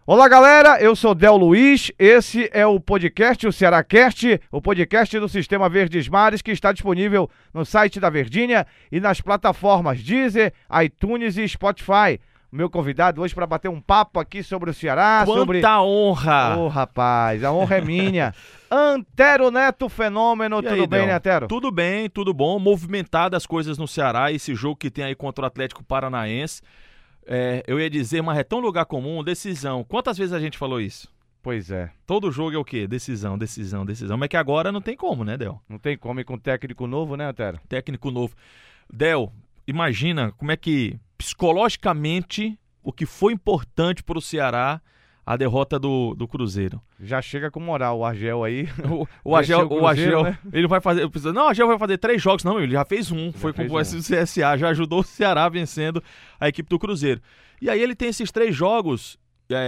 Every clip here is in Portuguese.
Olá, galera, eu sou Del Luiz, esse é o podcast, o Cearácast, o podcast do Sistema Verdes Mares, que está disponível no site da Verdinha e nas plataformas Deezer, iTunes e Spotify. O meu convidado hoje para bater um papo aqui sobre o Ceará, Quanta honra! Ô, rapaz, a honra é minha. Antero Neto Fenômeno, tudo aí, bem, né, Antero? Tudo bem, tudo bom, movimentadas as coisas no Ceará, esse jogo que tem aí contra o Atlético Paranaense. Eu ia dizer, mas é tão lugar comum, decisão. Quantas vezes a gente falou isso? Pois é. Todo jogo é o quê? Decisão, decisão, decisão. Mas é que agora não tem como, né, Del? Não tem como ir com técnico novo, né, Antero? Técnico novo. Del, imagina como é que, psicologicamente, o que foi importante para o Ceará, a derrota do Cruzeiro. Já chega com moral o Argel aí. O Argel, né? Ele vai fazer... Não, o Argel vai fazer 3 jogos. Não, ele já fez um. Foi com o CSA, já ajudou o Ceará vencendo a equipe do Cruzeiro. E aí ele tem esses 3 jogos...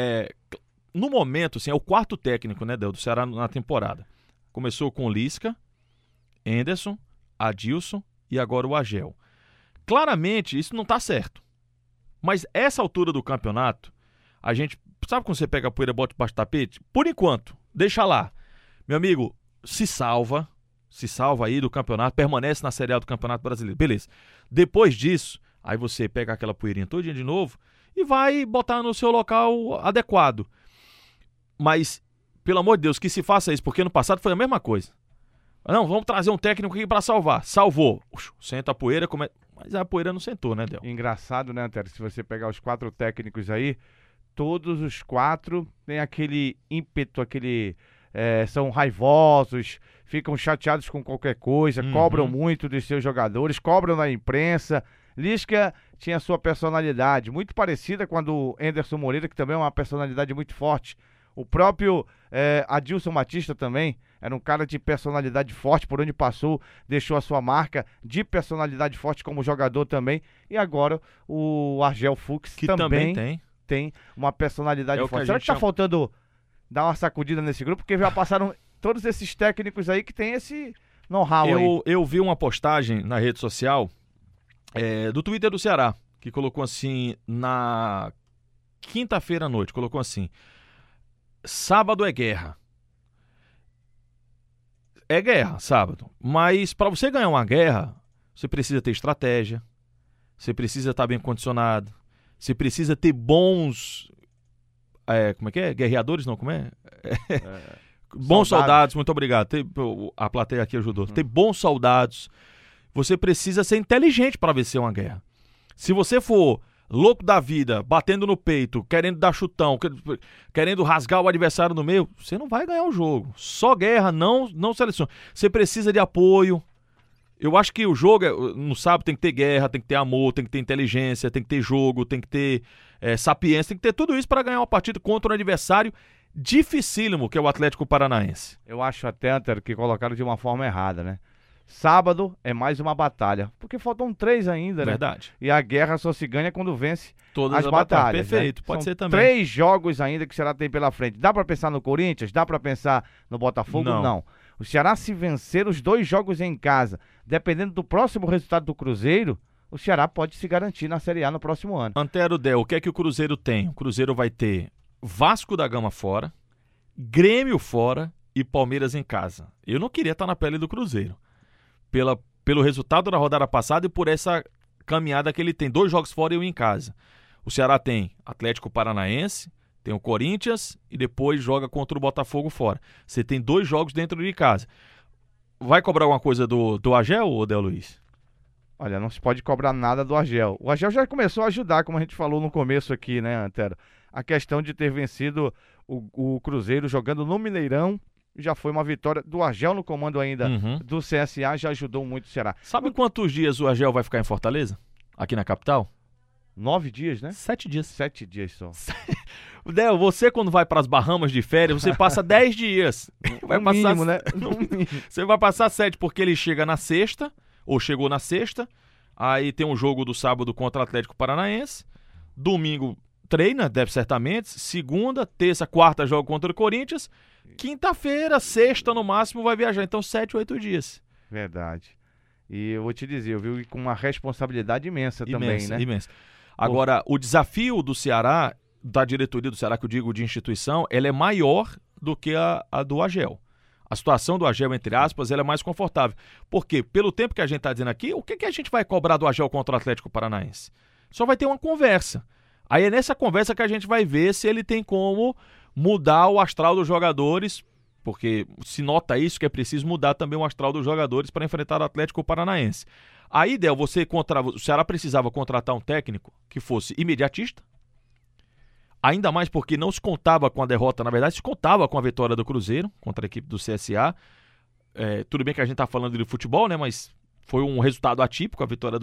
No momento, assim, é o 4º técnico, né, do Ceará na temporada. Começou com o Lisca, Henderson, Adilson e agora o Argel. Claramente, isso não tá certo. Mas essa altura do campeonato, a gente... Sabe quando você pega a poeira e bota debaixo do tapete? Por enquanto, deixa lá. Meu amigo, se salva aí do campeonato, permanece na Série A do Campeonato Brasileiro. Beleza. Depois disso, aí você pega aquela poeirinha todinha de novo e vai botar no seu local adequado. Mas, pelo amor de Deus, que se faça isso, porque no passado foi a mesma coisa. Não, vamos trazer um técnico aqui pra salvar. Salvou. Senta a poeira, mas a poeira não sentou, né, Del? Engraçado, né, Antero? Se você pegar os 4 técnicos aí, todos os 4 têm aquele ímpeto, são raivosos, ficam chateados com qualquer coisa, cobram muito dos seus jogadores, cobram da imprensa. Lisca tinha sua personalidade, muito parecida com a do Anderson Moreira, que também é uma personalidade muito forte. O próprio Adilson Batista também era um cara de personalidade forte, por onde passou, deixou a sua marca de personalidade forte como jogador também. E agora o Argel Fuchs que também tem uma personalidade forte. Será que tá faltando dar uma sacudida nesse grupo? Porque já passaram todos esses técnicos aí que tem esse know-how aí. Eu vi uma postagem na rede social do Twitter do Ceará, que colocou assim, na quinta-feira à noite, colocou assim: sábado é guerra. É guerra, sábado. Mas para você ganhar uma guerra, você precisa ter estratégia, você precisa estar bem condicionado, você precisa ter bons... como é que é? Guerreadores, não? Como é? Bons soldados, muito obrigado. A plateia aqui ajudou. Ter bons soldados. Você precisa ser inteligente para vencer uma guerra. Se você for louco da vida, batendo no peito, querendo dar chutão, querendo rasgar o adversário no meio, você não vai ganhar o jogo. Só guerra, não seleciona. Você precisa de apoio. Eu acho que o jogo, no sábado, tem que ter guerra, tem que ter amor, tem que ter inteligência, tem que ter jogo, tem que ter sapiência, tem que ter tudo isso para ganhar uma partida contra um adversário dificílimo, que é o Atlético Paranaense. Eu acho até, Antero, que colocaram de uma forma errada, né? Sábado é mais uma batalha, porque faltam 3 ainda, né? Verdade. E a guerra só se ganha quando vence todas as batalhas. Perfeito, né? Pode São ser também. 3 jogos ainda que o Ceará tem pela frente. Dá pra pensar no Corinthians? Dá pra pensar no Botafogo? Não. O Ceará, se vencer os 2 jogos em casa, dependendo do próximo resultado do Cruzeiro, o Ceará pode se garantir na Série A no próximo ano. Antero Del, o que é que o Cruzeiro tem? O Cruzeiro vai ter Vasco da Gama fora, Grêmio fora e Palmeiras em casa. Eu não queria estar na pele do Cruzeiro. Pelo resultado da rodada passada e por essa caminhada que ele tem. 2 jogos fora e 1 em casa. O Ceará tem Atlético Paranaense, tem o Corinthians e depois joga contra o Botafogo fora. Você tem 2 jogos dentro de casa. Vai cobrar alguma coisa do Argel, ou Del Luiz? Olha, não se pode cobrar nada do Argel. O Argel já começou a ajudar, como a gente falou no começo aqui, né, Antero? A questão de ter vencido o Cruzeiro jogando no Mineirão. Já foi uma vitória do Argel no comando ainda do CSA, já ajudou muito o Ceará. Sabe quantos dias o Argel vai ficar em Fortaleza? Aqui na capital? 9 dias, né? 7 dias. 7 dias só. Del, você quando vai para as Bahamas de férias, você passa 10 dias. Vai passar, mínimo, né? Você vai passar 7, porque ele chega na sexta, ou chegou na sexta, aí tem um jogo do sábado contra o Atlético Paranaense, domingo treina, deve certamente, segunda, terça, quarta joga contra o Corinthians, quinta-feira, sexta no máximo vai viajar, então 7, 8 dias. Verdade. E eu vou te dizer, eu vi com uma responsabilidade imensa também, né? Imensa. Agora, o desafio do Ceará da diretoria do Ceará, que eu digo de instituição, ela é maior do que a do Agel. A situação do Agel, entre aspas, ela é mais confortável. Porque, pelo tempo que a gente está dizendo aqui, o que a gente vai cobrar do Agel contra o Atlético Paranaense? Só vai ter uma conversa. Aí é nessa conversa que a gente vai ver se ele tem como mudar o astral dos jogadores, porque se nota isso, que é preciso mudar também o astral dos jogadores para enfrentar o Atlético Paranaense. Aí, Del, o Ceará precisava contratar um técnico que fosse imediatista, ainda mais porque não se contava com a derrota, na verdade se contava com a vitória do Cruzeiro contra a equipe do CSA. Tudo bem que a gente está falando de futebol, né? Mas foi um resultado atípico a vitória do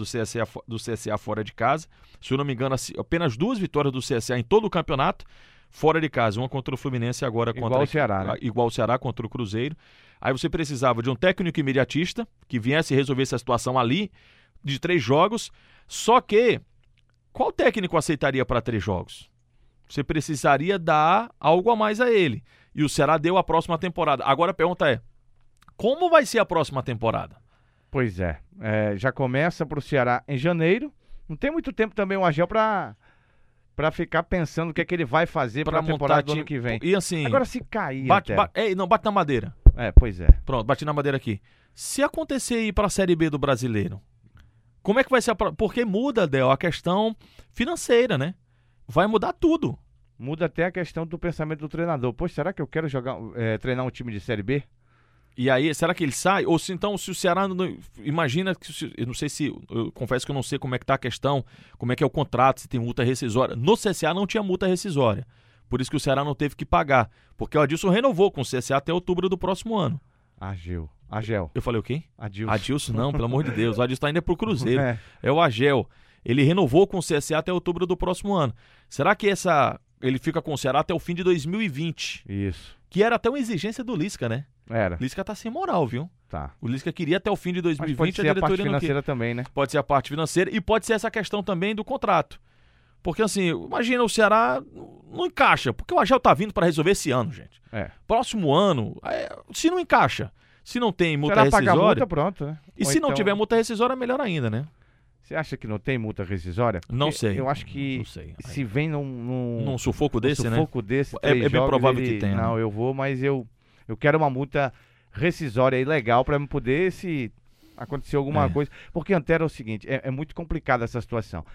CSA fora de casa. Se eu não me engano, apenas 2 vitórias do CSA em todo o campeonato, fora de casa. Uma contra o Fluminense e agora contra o Ceará, né? Igual o Ceará contra o Cruzeiro. Aí você precisava de um técnico imediatista que viesse resolver essa situação ali, de 3 jogos. Só que, qual técnico aceitaria para 3 jogos? Você precisaria dar algo a mais a ele. E o Ceará deu a próxima temporada. Agora a pergunta é, como vai ser a próxima temporada? Pois é. Já começa para o Ceará em janeiro. Não tem muito tempo também o Agel para ficar pensando o que é que ele vai fazer para a temporada do ano que vem. E assim... Agora se cair bate na madeira. Pois é. Pronto, bati na madeira aqui. Se acontecer ir para a Série B do Brasileiro, como é que vai ser? Porque muda, Del, a questão financeira, né? Vai mudar tudo. Muda até a questão do pensamento do treinador. Poxa, será que eu quero treinar um time de Série B? E aí, será que ele sai? Ou se então, se o Ceará... Imagina que... Eu não sei se... Eu confesso que eu não sei como é que tá a questão, como é que é o contrato, se tem multa rescisória. No CSA não tinha multa rescisória. Por isso que o Ceará não teve que pagar. Porque o Adilson renovou com o CSA até outubro do próximo ano. Agel. Eu falei o quê? Adilson não, pelo amor de Deus. O Adilson tá indo pro Cruzeiro. É o Agel. Ele renovou com o CSA até outubro do próximo ano. Será que ele fica com o Ceará até o fim de 2020? Isso. Que era até uma exigência do Lisca, né? Era. O Lisca tá sem moral, viu? Tá. O Lisca queria até o fim de 2020. Mas pode ser a parte financeira também, né? Pode ser a parte financeira e pode ser essa questão também do contrato. Porque assim, imagina o Ceará não encaixa, porque o Agel tá vindo para resolver esse ano, gente. Próximo ano, se não encaixa, se não tem multa rescisória... pagar multa, pronto, né? E se não tiver multa rescisória, melhor ainda, né? Você acha que não tem multa rescisória? Não sei. Eu acho que não sei. Se vem num sufoco desse, né? Sufoco desse, é bem provável que tenha. Não, eu vou, mas eu quero uma multa rescisória aí legal para poder, se acontecer alguma coisa. Porque, Antero, é o seguinte, é muito complicada essa situação.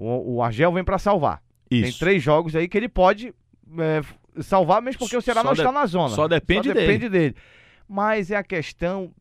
O Agel vem para salvar. Isso. Tem 3 jogos aí que ele pode salvar, mesmo porque o Ceará não está na zona. Só depende dele. Mas é a questão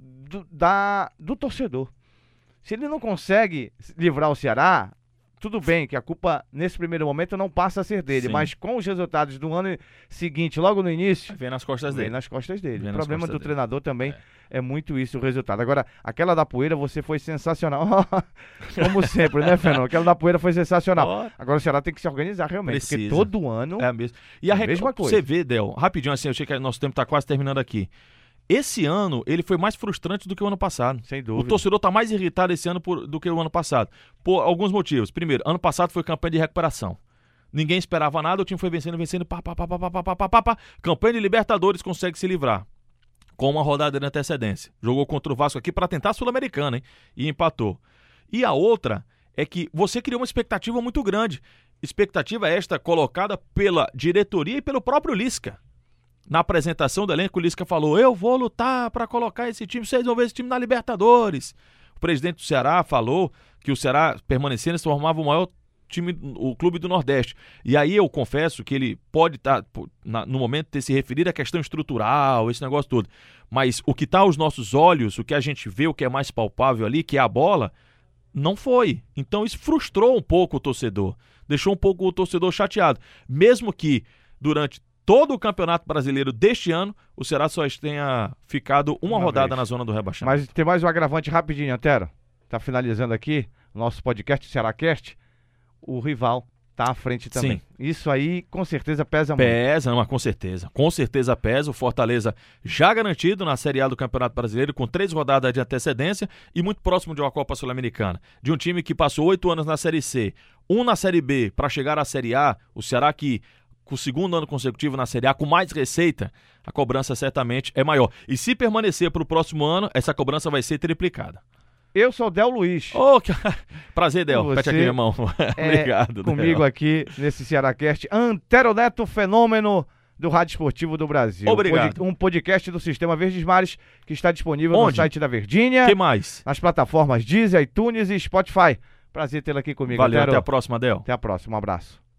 do torcedor. Se ele não consegue livrar o Ceará, tudo bem que a culpa, nesse primeiro momento, não passa a ser dele. Sim. Mas com os resultados do ano seguinte, logo no início... Vem nas costas dele. O problema do treinador também é muito isso, o resultado. Agora, aquela da Poeira, você foi sensacional. Como sempre, né, Fernando? Aquela da Poeira foi sensacional. Agora o Ceará tem que se organizar realmente. Precisa. Porque todo ano... É a mesma. E a mesma coisa. Você vê, Del, rapidinho assim, eu sei que nosso tempo está quase terminando aqui. Esse ano, ele foi mais frustrante do que o ano passado. Sem dúvida. O torcedor está mais irritado esse ano do que o ano passado. Por alguns motivos. Primeiro, ano passado foi campanha de recuperação. Ninguém esperava nada, o time foi vencendo. Campanha de Libertadores consegue se livrar. Com uma rodada de antecedência. Jogou contra o Vasco aqui para tentar a Sul-Americana, hein? E empatou. E a outra é que você criou uma expectativa muito grande. Expectativa esta colocada pela diretoria e pelo próprio Lisca. Na apresentação do elenco, o Lisca falou: eu vou lutar para colocar esse time, vocês vão ver esse time na Libertadores. O presidente do Ceará falou que o Ceará, permanecendo, se formava o maior time, o clube do Nordeste. E aí eu confesso que ele pode estar, no momento, ter se referido à questão estrutural, esse negócio todo. Mas o que está aos nossos olhos, o que a gente vê, o que é mais palpável ali, que é a bola, não foi. Então isso frustrou um pouco o torcedor. Deixou um pouco o torcedor chateado. Mesmo que durante todo o Campeonato Brasileiro deste ano, o Ceará só tenha ficado uma rodada na zona do rebaixamento. Mas tem mais um agravante rapidinho, Antero. Tá finalizando aqui nosso podcast Cearácast. O rival tá à frente também. Sim. Isso aí com certeza pesa muito. Pesa, mas com certeza. Com certeza pesa. O Fortaleza já garantido na Série A do Campeonato Brasileiro, com 3 rodadas de antecedência e muito próximo de uma Copa Sul-Americana. De um time que passou 8 anos na Série C, 1 na Série B, para chegar à Série A. O Ceará que, com o 2º ano consecutivo na Série A, com mais receita, a cobrança certamente é maior. E se permanecer para o próximo ano, essa cobrança vai ser triplicada. Eu sou o Del Luiz. Prazer, Del. Você Pete aqui, irmão. Obrigado, comigo Del. aqui nesse Cearacast. Antero Neto, fenômeno do Rádio Esportivo do Brasil. Obrigado. Um podcast do Sistema Verdes Mares que está disponível Onde? no site da Verdinha. Que mais? Nas plataformas Deezer, iTunes e Spotify. Prazer tê-lo aqui comigo. Valeu, Antero. até a próxima, Del. Até a próxima, um abraço.